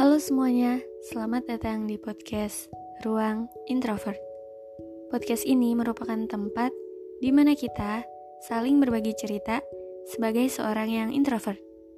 Halo semuanya, selamat datang di podcast Ruang Introvert. Podcast ini merupakan tempat di mana kita saling berbagi cerita sebagai seorang yang introvert.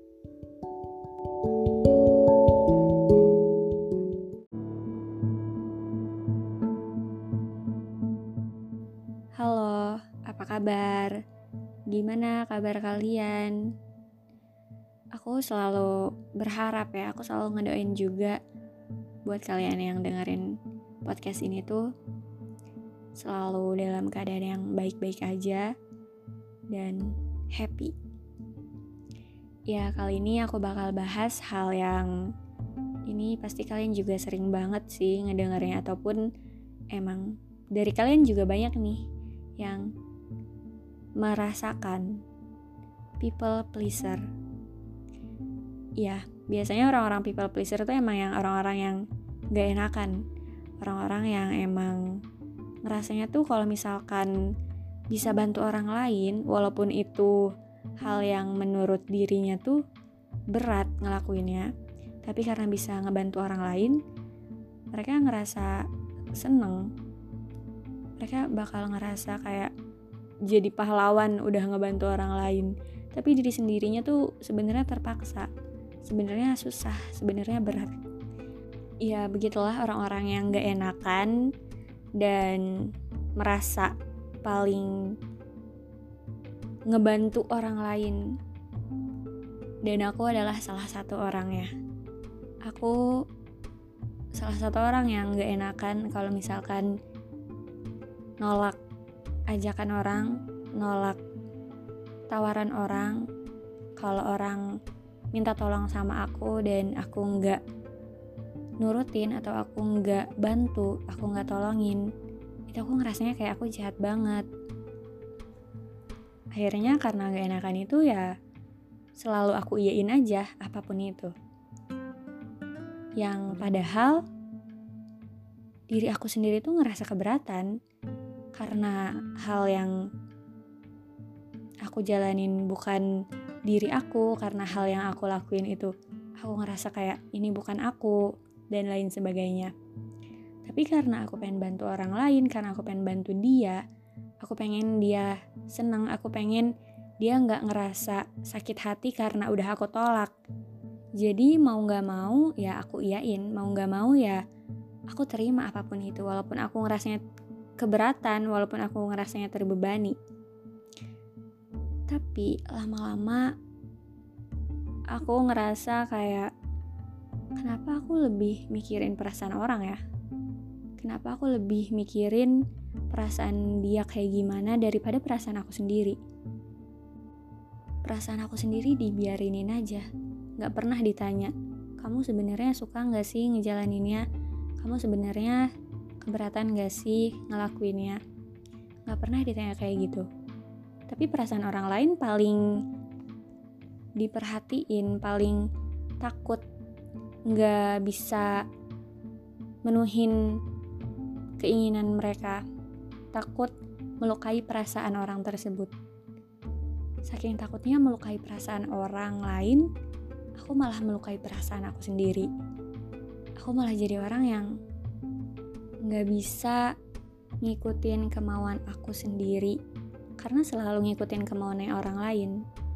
Halo, apa kabar? Gimana kabar kalian? Aku selalu berharap aku selalu ngedoain juga buat kalian yang dengerin podcast ini tuh selalu dalam keadaan yang baik-baik aja dan happy. Ya, kali ini aku bakal bahas hal yang ini pasti kalian juga sering banget sih ngedengernya, ataupun emang dari kalian juga banyak nih yang merasakan people pleaser. Ya, biasanya orang-orang people pleaser itu emang yang orang-orang yang gak enakan. Orang-orang yang emang ngerasanya tuh kalau misalkan bisa bantu orang lain, walaupun itu hal yang menurut dirinya tuh berat ngelakuinnya, tapi karena bisa ngebantu orang lain, mereka ngerasa seneng. Mereka bakal ngerasa kayak jadi pahlawan udah ngebantu orang lain. Tapi diri sendirinya tuh sebenarnya terpaksa. Sebenarnya susah, sebenarnya berat. Ya begitulah orang-orang yang gak enakan dan merasa paling ngebantu orang lain. Dan aku adalah salah satu orangnya. Aku salah satu orang yang gak enakan kalau misalkan nolak ajakan orang, nolak tawaran orang. Kalau orang minta tolong sama aku dan aku nggak nurutin atau aku nggak bantu, aku nggak tolongin, itu aku ngerasanya kayak aku jahat banget. Akhirnya karena nggak enakan itu ya selalu aku iyain aja apapun itu. Yang padahal diri aku sendiri tuh ngerasa keberatan karena hal yang aku jalanin bukan diri aku, karena hal yang aku lakuin itu aku ngerasa kayak ini bukan aku dan lain sebagainya. Tapi karena aku pengen bantu orang lain, karena aku pengen bantu dia, aku pengen dia senang, aku pengen dia gak ngerasa sakit hati karena udah aku tolak. Jadi mau gak mau ya aku iyain, mau gak mau ya aku terima apapun itu, walaupun aku ngerasanya keberatan, walaupun aku ngerasanya terbebani. Tapi lama-lama aku ngerasa kayak kenapa aku lebih mikirin perasaan orang ya? Kenapa aku lebih mikirin perasaan dia kayak gimana daripada perasaan aku sendiri? Perasaan aku sendiri dibiarinin aja, gak pernah ditanya, kamu sebenarnya suka gak sih ngejalaninnya? Kamu sebenarnya keberatan gak sih ngelakuinnya? Gak pernah ditanya kayak gitu. Tapi perasaan orang lain paling diperhatiin, paling takut gak bisa menuhin keinginan mereka, takut melukai perasaan orang tersebut. Saking takutnya melukai perasaan orang lain, aku malah melukai perasaan aku sendiri. Aku malah jadi orang yang gak bisa ngikutin kemauan aku sendiri, karena selalu ngikutin kemauannya orang lain.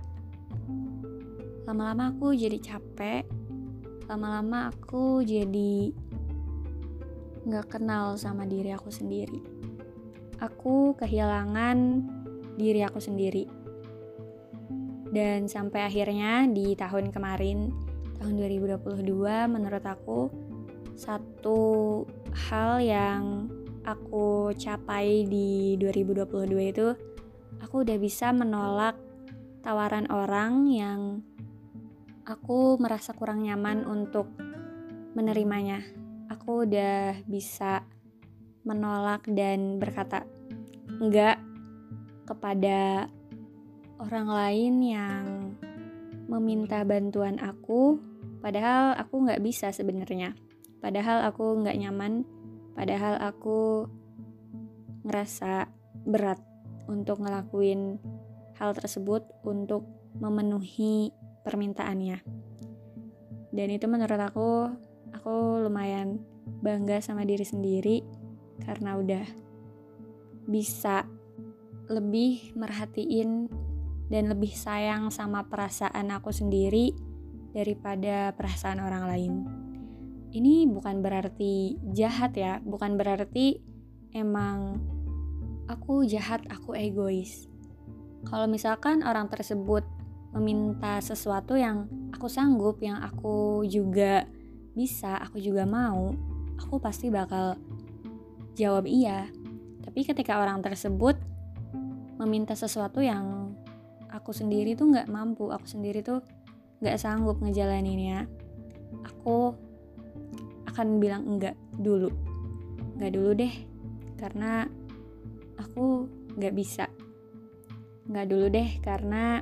Lama-lama aku jadi capek, lama-lama aku jadi gak kenal sama diri aku sendiri. Aku kehilangan diri aku sendiri. Dan sampai akhirnya di tahun kemarin, tahun 2022, menurut aku satu hal yang aku capai di 2022 itu, aku udah bisa menolak tawaran orang yang aku merasa kurang nyaman untuk menerimanya. Aku udah bisa menolak dan berkata enggak kepada orang lain yang meminta bantuan aku, padahal aku gak bisa sebenarnya. Padahal aku gak nyaman, padahal aku ngerasa berat untuk ngelakuin hal tersebut, untuk memenuhi permintaannya. Dan itu menurut aku aku lumayan bangga sama diri sendiri karena udah bisa lebih merhatiin dan lebih sayang sama perasaan aku sendiri daripada perasaan orang lain. Ini bukan berarti jahat ya, bukan berarti emang aku jahat, aku egois. Kalau misalkan orang tersebut meminta sesuatu yang aku sanggup, yang aku juga bisa, aku juga mau, aku pasti bakal jawab iya. Tapi ketika orang tersebut meminta sesuatu yang aku sendiri tuh gak mampu, aku sendiri tuh gak sanggup ngejalaninnya, aku akan bilang enggak dulu deh, karena aku gak bisa. Enggak dulu deh karena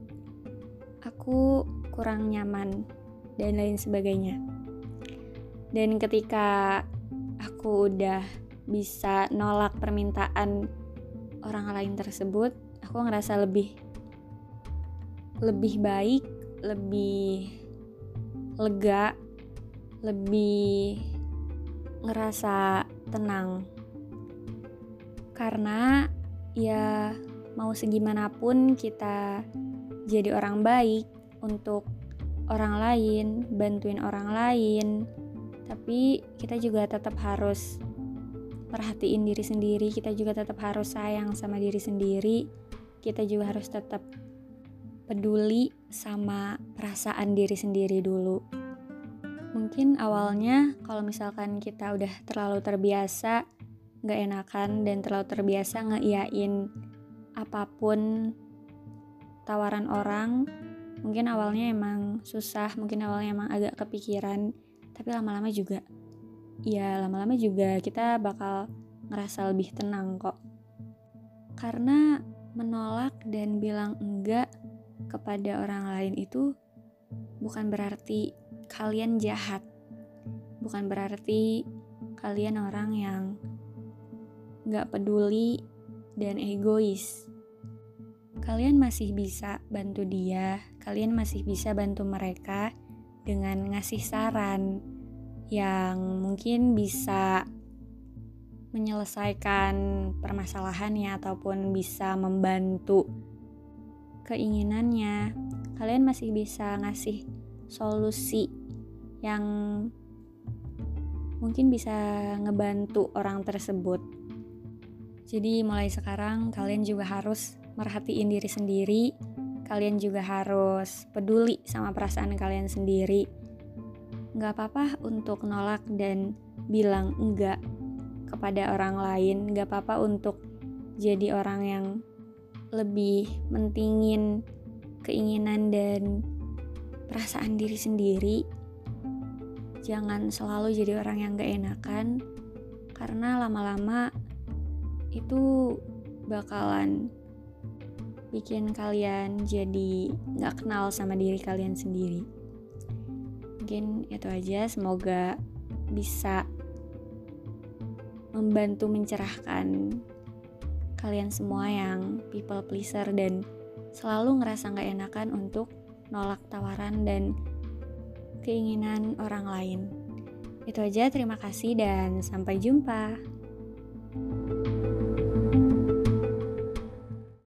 aku kurang nyaman dan lain sebagainya. Dan ketika aku udah bisa nolak permintaan orang lain tersebut, aku ngerasa lebih baik, lebih lega, lebih ngerasa tenang. Karena ya mau segimanapun kita jadi orang baik untuk orang lain, bantuin orang lain, tapi kita juga tetap harus perhatiin diri sendiri, kita juga tetap harus sayang sama diri sendiri, kita juga harus tetap peduli sama perasaan diri sendiri dulu. Mungkin awalnya kalau misalkan kita udah terlalu terbiasa gak enakan dan terlalu terbiasa ngeiyain apapun tawaran orang, mungkin awalnya emang susah, mungkin awalnya emang agak kepikiran, tapi lama-lama juga kita bakal ngerasa lebih tenang kok. Karena menolak dan bilang enggak kepada orang lain itu bukan berarti kalian jahat, bukan berarti kalian orang yang gak peduli dan egois. Kalian masih bisa bantu dia, kalian masih bisa bantu mereka dengan ngasih saran yang mungkin bisa menyelesaikan permasalahannya ataupun bisa membantu keinginannya. Kalian masih bisa ngasih solusi yang mungkin bisa ngebantu orang tersebut. Jadi mulai sekarang kalian juga harus merhatiin diri sendiri, kalian juga harus peduli sama perasaan kalian sendiri. Gak apa-apa untuk nolak dan bilang enggak kepada orang lain, gak apa-apa untuk jadi orang yang lebih mentingin keinginan dan perasaan diri sendiri. Jangan selalu jadi orang yang gak enakan, karena lama-lama itu bakalan bikin kalian jadi gak kenal sama diri kalian sendiri. Mungkin itu aja, semoga bisa membantu mencerahkan kalian semua yang people pleaser dan selalu ngerasa gak enakan untuk nolak tawaran dan keinginan orang lain. Itu aja, terima kasih dan sampai jumpa.